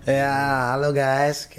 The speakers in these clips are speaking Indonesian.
Ya, halo guys,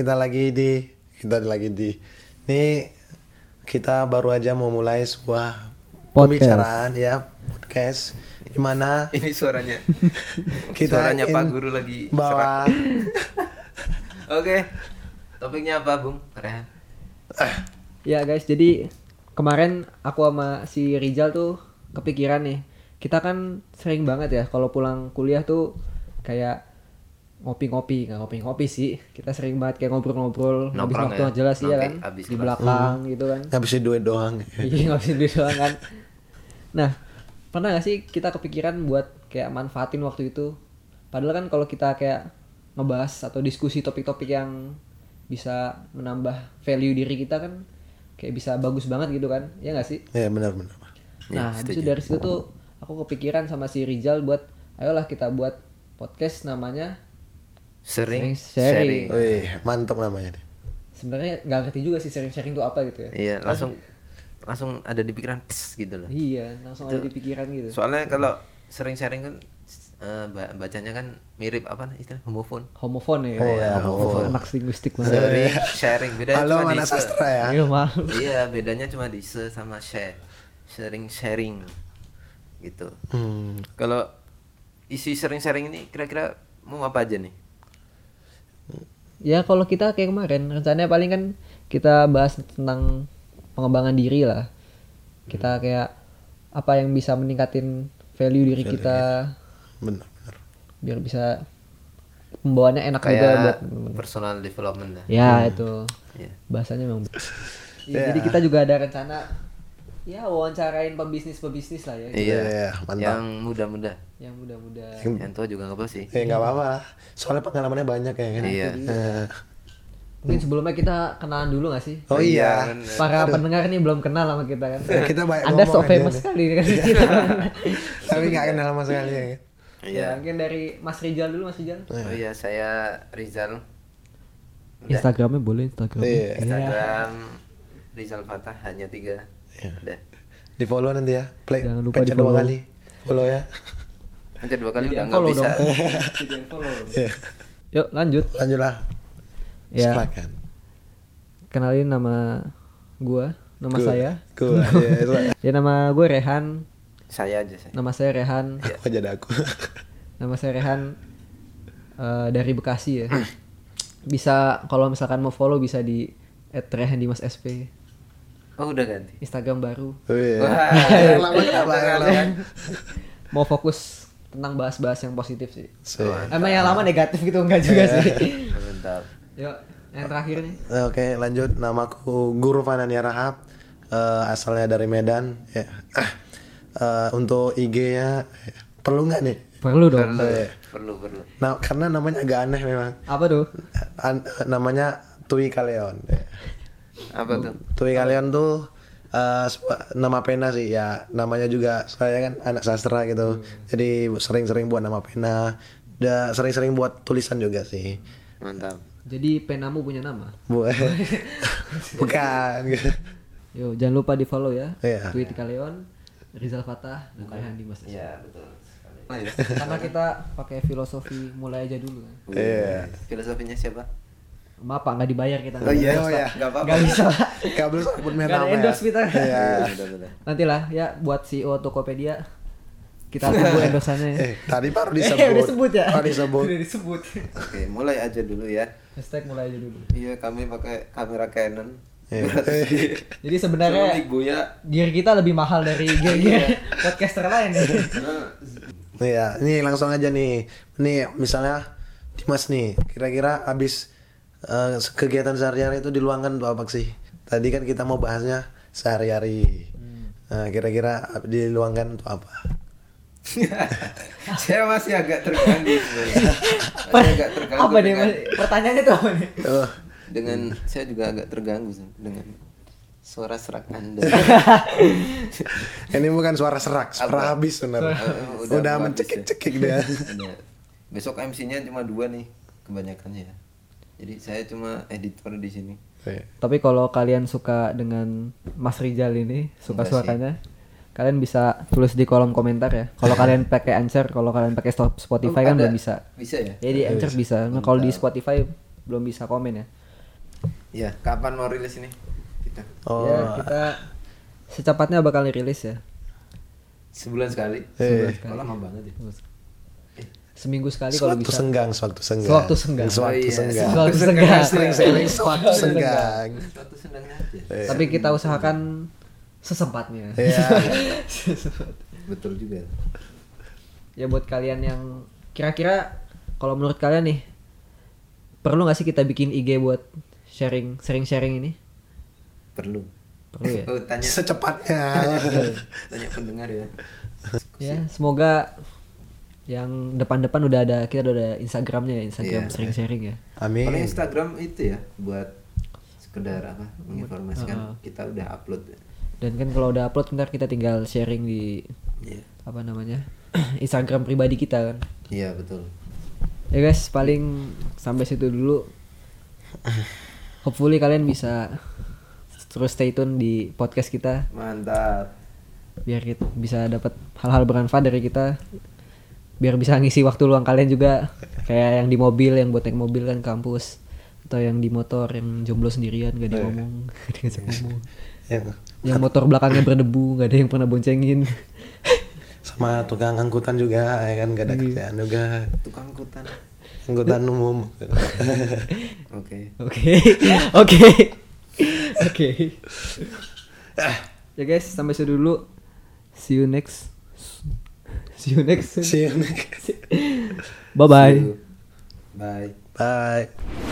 Nih kita baru aja mau mulai sebuah pembicaraan ya, podcast di mana Ini suaranya kita suaranya Pak Guru lagi bawa serak. Oke. Topiknya apa, Bung Rehan? Ya guys, jadi kemarin aku sama si Rizal tuh kepikiran nih. Kita kan sering banget ya kalau pulang kuliah tuh kayak ngopi-ngopi, nggak ngopi-ngopi sih. Kita sering banget kayak ngobrol-ngobrol, habis Nongkrong waktu ya? nggak jelas iya Nongki, kan, habis di kelas. belakang gitu kan. ngabisin duit doang. Iya ngabisin duit doang kan. Nah, pernah gak sih kita kepikiran buat kayak manfaatin waktu itu? Padahal kan kalau kita kayak ngebahas atau diskusi topik-topik yang bisa menambah value diri kita kan kayak bisa bagus banget gitu kan, ya nggak sih? Ya benar. Nah, Ya, habis setuju. itu dari situ tuh aku kepikiran sama si Rizal buat ayolah kita buat podcast namanya Sering sharing. Wih, mantap namanya nih. Sebenarnya nggak ngerti juga sih sharing tuh apa gitu ya. Iya, langsung ada di pikiran pss, gitu loh. Iya, langsung ada di pikiran gitu. Soalnya kalau sering sharing kan bacanya kan mirip apa istilah homofon. Homofon ya. Oh ya, homofon. Anak linguistik banget. Sharing bedanya Halo cuma di anak se. sastra ya. Iya, malu. Iya, bedanya cuma di se sama share. Sharing gitu. Kalau isi sharing ini kira-kira mau apa aja nih? Ya kalau kita kayak kemarin rencananya paling kan kita bahas tentang pengembangan diri lah. Kita kayak apa yang bisa meningkatin value diri kita Benar. biar bisa pembawaannya enak juga buat Kayak personal development lah. ya itu Iya. bahasanya memang. Ya, jadi kita juga ada rencana ya wawancarain pebisnis lah ya. Iya, mantap. Yang muda-muda. Yang muda-muda. Yang tua juga nggak apa sih. Nggak apa-apa. Soalnya pengalamannya banyak ya kan. Iya. Mungkin sebelumnya kita kenalan dulu gak sih? Oh iya. Para pendengar nih belum kenal sama kita kan. Kita banyak Anda ngomong so aja famous nih. sekali kan kita. Tapi nggak kenal sama sekali ya kan. Iya. Ya, mungkin dari Mas Rizal dulu, Mas Rizal. Oh iya, saya Rizal. Udah. Instagramnya boleh Instagram. Iya. Instagram Rizal Fatah hanya 3. Iya. Udah. Di follow nanti ya. Play. Jangan lupa pencet di-follow. 2 kali. Follow ya. Pencet 2 kali Jadi udah nggak unfollow bisa. dong. Jadi unfollow. Iya. Yuk lanjut. Lanjutlah. Ya, Silakan. kenalin nama nama saya. Gua. Iya, itu. Ya nama gue Rehan. Saya aja saya. Nama saya Rehan. Aku aja ada aku. Nama saya Rehan dari Bekasi ya. Bisa kalau misalkan mau follow bisa di @rehandimassp. Oh udah ganti. Instagram baru. Wih. Wah, Lama kan. Mau fokus tentang bahas-bahas yang positif sih. Iya. Emang yang lama negatif gitu enggak juga sih. Mantap. Yuk, yang terakhir nih. Oke, lanjut. Namaku Guru Fanania Rahab. Asalnya dari Medan. Ya. Untuk IG-nya perlu nggak nih? Perlu dong. Perlu. Nah, karena namanya agak aneh memang. Apa tuh? Namanya Tui Kaleon. Apa tuh? Tui Kaleon tuh nama pena sih ya. Namanya juga saya kan anak sastra gitu. Jadi sering-sering buat nama pena. Udah sering-sering buat tulisan juga sih. Mantap. Jadi penamu punya nama. Bukan. Yo, jangan lupa di follow ya. Iya. Tweet Kaleon, Rizal Fatah, dan Rehan Dimas. Iya betul. Karena kita pakai filosofi mulai aja dulu kan. Iya. Filosofinya siapa? Maaf Pak, nggak dibayar kita. Oh iya. Nggak apa-apa. Nggak bisa. Gak boleh sebut Nggak merah ada endorse kita. Iya. Betul. Nanti lah ya buat CEO Tokopedia kita tunggu endorsannya. Tadi baru disebut. Udah disebut ya? Baru disebut. Udah disebut. Oke, mulai aja dulu ya. Hashtag mulai aja dulu. Iya, kami pakai kamera Canon. Iya. Jadi sebenarnya Suruh Buya. gear kita lebih mahal dari gear podcaster lain ya. Iya, ini langsung aja nih. Nih misalnya Dimas nih, kira-kira habis kegiatan sehari-hari itu diluangkan untuk apa sih? Tadi kan kita mau bahasnya sehari-hari. Nah, kira-kira diluangkan untuk apa? Saya masih agak terganggu sebenarnya. Saya agak terganggu Apa nih? dengan, Pertanyaannya tuh apa nih? Oh, dengan saya juga agak terganggu sih dengan suara serak Anda. ini bukan suara serak, suara habis benar. Udah mau habis mencekik-cekik dia. Udah. Besok MC-nya cuma 2 nih kebanyakannya ya. Jadi saya cuma editor di sini. Iya. Tapi kalau kalian suka dengan Mas Rizal ini, suka Enggak sih. suaranya, kalian bisa tulis di kolom komentar ya. Kalau kalian pakai Anchor, kalau kalian pakai Spotify kan ada. belum bisa. Bisa ya? Ya di Anchor bisa. Nah, kalau di Spotify belum bisa komen ya. Iya, kapan mau rilis ini? Kita. Oh, Ya, kita secepatnya bakal rilis ya. Sebulan sekali. sekali. Lama banget ya. Seminggu sekali kalau bisa. sewaktu senggang. Sewaktu senggang. Sewaktu Oh, iya. senggang. Sewaktu senggang. Sering-sering sewaktu senggang. Suatu sedangnya aja. Tapi kita usahakan sesempatnya. Iya. Betul juga. Ya buat kalian yang kira-kira kalau menurut kalian nih perlu nggak sih kita bikin IG buat sharing ini? Perlu. Perlu ya. Oh, tanya Secepatnya. tanya pendengar ya. Ya semoga yang depan-depan kita udah ada Instagramnya ya, Instagram Iya. sering sharing ya. Amin. Kalau Instagram itu ya buat sekedar apa menginformasikan kita udah upload. Dan kan kalau udah upload ntar kita tinggal sharing di Iya. apa namanya Instagram pribadi kita kan. Iya betul. Ya guys paling sampai situ dulu. Hopefully kalian bisa terus stay tune di podcast kita Mantap. biar kita bisa dapat hal-hal bermanfaat dari kita. Biar bisa ngisi waktu luang kalian juga kayak yang di mobil, yang buat naik mobil kan kampus, atau yang di motor yang jomblo sendirian gak ada ngomong, gak ada ngajak ngomong, yang motor belakangnya berdebu gak ada yang pernah boncengin. Sama tukang angkutan juga ya kan, gak ada kerjaan juga. Tukang angkutan. Angkutan umum. Oke. Oke. Ya guys sampai situ dulu. See you next. See you next. Bye bye. Bye. Bye.